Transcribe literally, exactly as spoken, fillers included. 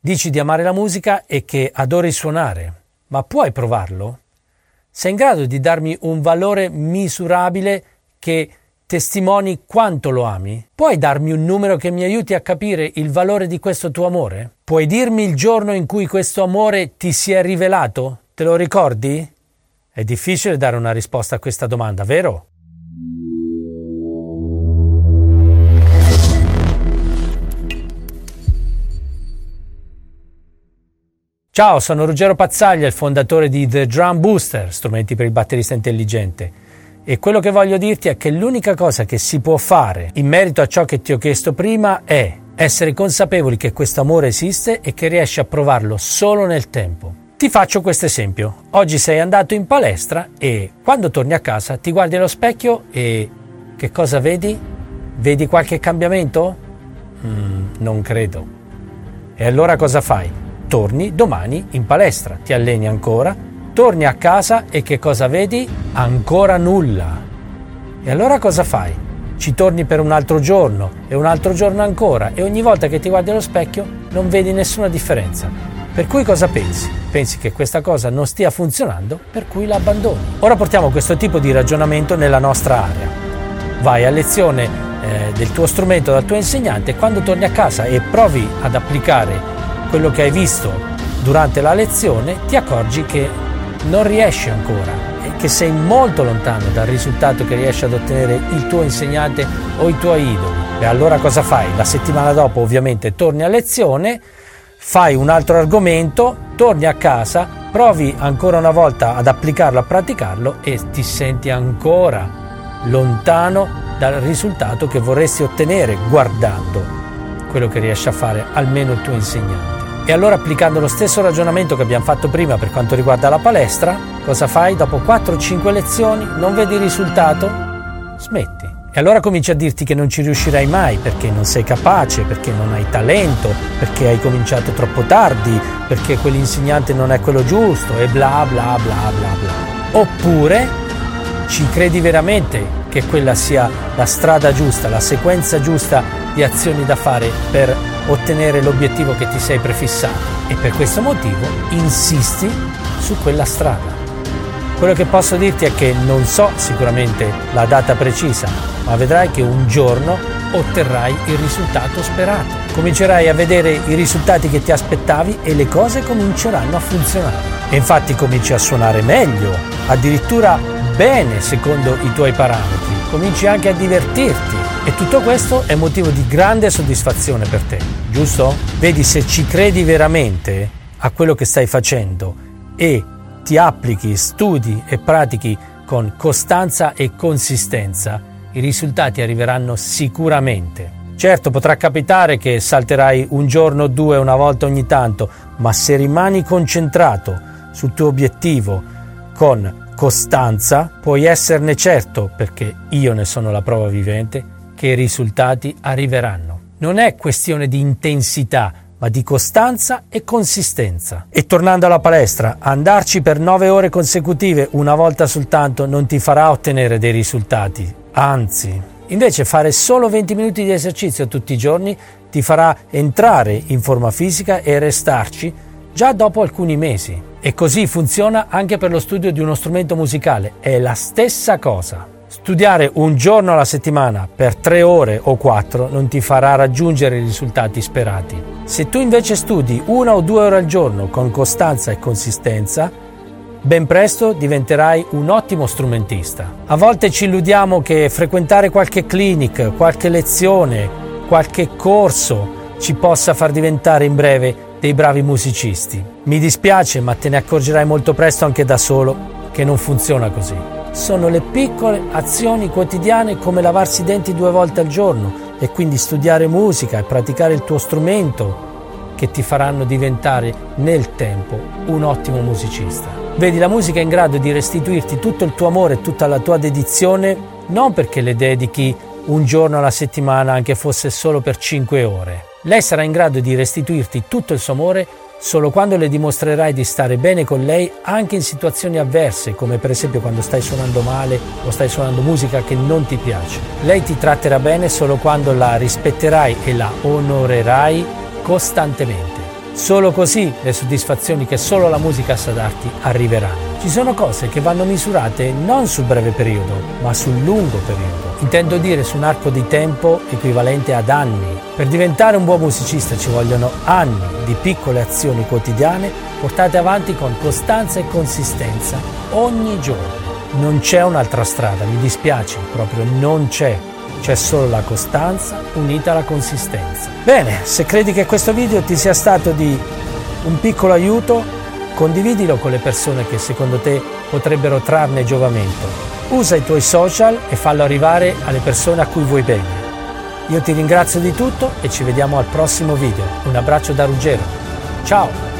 Dici di amare la musica e che adori suonare, ma puoi provarlo? Sei in grado di darmi un valore misurabile che testimoni quanto lo ami? Puoi darmi un numero che mi aiuti a capire il valore di questo tuo amore? Puoi dirmi il giorno in cui questo amore ti si è rivelato? Te lo ricordi? È difficile dare una risposta a questa domanda, vero? Ciao, sono Ruggero Pazzaglia, il fondatore di The Drum Booster, strumenti per il batterista intelligente. E quello che voglio dirti è che l'unica cosa che si può fare in merito a ciò che ti ho chiesto prima è essere consapevoli che questo amore esiste e che riesci a provarlo solo nel tempo. Ti faccio questo esempio. Oggi sei andato in palestra e quando torni a casa ti guardi allo specchio e che cosa vedi? Vedi qualche cambiamento? Mm, non credo. E allora cosa fai? Torni domani in palestra, ti alleni ancora, torni a casa e che cosa vedi? Ancora nulla. E allora cosa fai? Ci torni per un altro giorno e un altro giorno ancora e ogni volta che ti guardi allo specchio non vedi nessuna differenza. Per cui cosa pensi? Pensi che questa cosa non stia funzionando, per cui la abbandoni. Ora portiamo questo tipo di ragionamento nella nostra area. Vai a lezione eh, del tuo strumento dal tuo insegnante e quando torni a casa e provi ad applicare quello che hai visto durante la lezione, ti accorgi che non riesci ancora e che sei molto lontano dal risultato che riesce ad ottenere il tuo insegnante o i tuoi idoli. E allora cosa fai? La settimana dopo ovviamente torni a lezione, fai un altro argomento, torni a casa, provi ancora una volta ad applicarlo, a praticarlo e ti senti ancora lontano dal risultato che vorresti ottenere guardando quello che riesce a fare almeno il tuo insegnante. E allora applicando lo stesso ragionamento che abbiamo fatto prima per quanto riguarda la palestra, cosa fai? Dopo quattro o cinque lezioni non vedi il risultato? Smetti. E allora cominci a dirti che non ci riuscirai mai perché non sei capace, perché non hai talento, perché hai cominciato troppo tardi, perché quell'insegnante non è quello giusto e bla bla bla bla bla. Oppure ci credi veramente che quella sia la strada giusta, la sequenza giusta di azioni da fare per ottenere l'obiettivo che ti sei prefissato e per questo motivo insisti su quella strada. Quello che posso dirti è che non so sicuramente la data precisa, ma vedrai che un giorno otterrai il risultato sperato. Comincerai a vedere i risultati che ti aspettavi e le cose cominceranno a funzionare. E infatti cominci a suonare meglio, addirittura bene secondo i tuoi parametri, cominci anche a divertirti e tutto questo è motivo di grande soddisfazione per te, giusto? Vedi, se ci credi veramente a quello che stai facendo e ti applichi, studi e pratichi con costanza e consistenza, i risultati arriveranno sicuramente. Certo, potrà capitare che salterai un giorno o due una volta ogni tanto, ma se rimani concentrato sul tuo obiettivo con costanza, puoi esserne certo, perché io ne sono la prova vivente, che i risultati arriveranno. Non è questione di intensità, ma di costanza e consistenza. E tornando alla palestra, andarci per nove ore consecutive una volta soltanto non ti farà ottenere dei risultati, anzi, invece fare solo venti minuti di esercizio tutti i giorni ti farà entrare in forma fisica e restarci già dopo alcuni mesi. E così funziona anche per lo studio di uno strumento musicale, è la stessa cosa. Studiare un giorno alla settimana per tre ore o quattro non ti farà raggiungere i risultati sperati. Se tu invece studi una o due ore al giorno con costanza e consistenza, ben presto diventerai un ottimo strumentista. A volte ci illudiamo che frequentare qualche clinic, qualche lezione, qualche corso ci possa far diventare in breve dei bravi musicisti. Mi dispiace, ma te ne accorgerai molto presto anche da solo che non funziona così. Sono le piccole azioni quotidiane come lavarsi i denti due volte al giorno e quindi studiare musica e praticare il tuo strumento che ti faranno diventare nel tempo un ottimo musicista. Vedi, la musica è in grado di restituirti tutto il tuo amore e tutta la tua dedizione non perché le dedichi un giorno alla settimana, anche fosse solo per cinque ore. Lei sarà in grado di restituirti tutto il suo amore solo quando le dimostrerai di stare bene con lei anche in situazioni avverse, come per esempio quando stai suonando male o stai suonando musica che non ti piace. Lei ti tratterà bene solo quando la rispetterai e la onorerai costantemente. Solo così le soddisfazioni che solo la musica sa darti arriveranno. Ci sono cose che vanno misurate non sul breve periodo, ma sul lungo periodo. Intendo dire su un arco di tempo equivalente ad anni. Per diventare un buon musicista ci vogliono anni di piccole azioni quotidiane portate avanti con costanza e consistenza ogni giorno. Non c'è un'altra strada, mi dispiace, proprio non c'è. C'è solo la costanza unita alla consistenza. Bene, se credi che questo video ti sia stato di un piccolo aiuto, condividilo con le persone che secondo te potrebbero trarne giovamento. Usa i tuoi social e fallo arrivare alle persone a cui vuoi bene. Io ti ringrazio di tutto e ci vediamo al prossimo video. Un abbraccio da Ruggero. Ciao!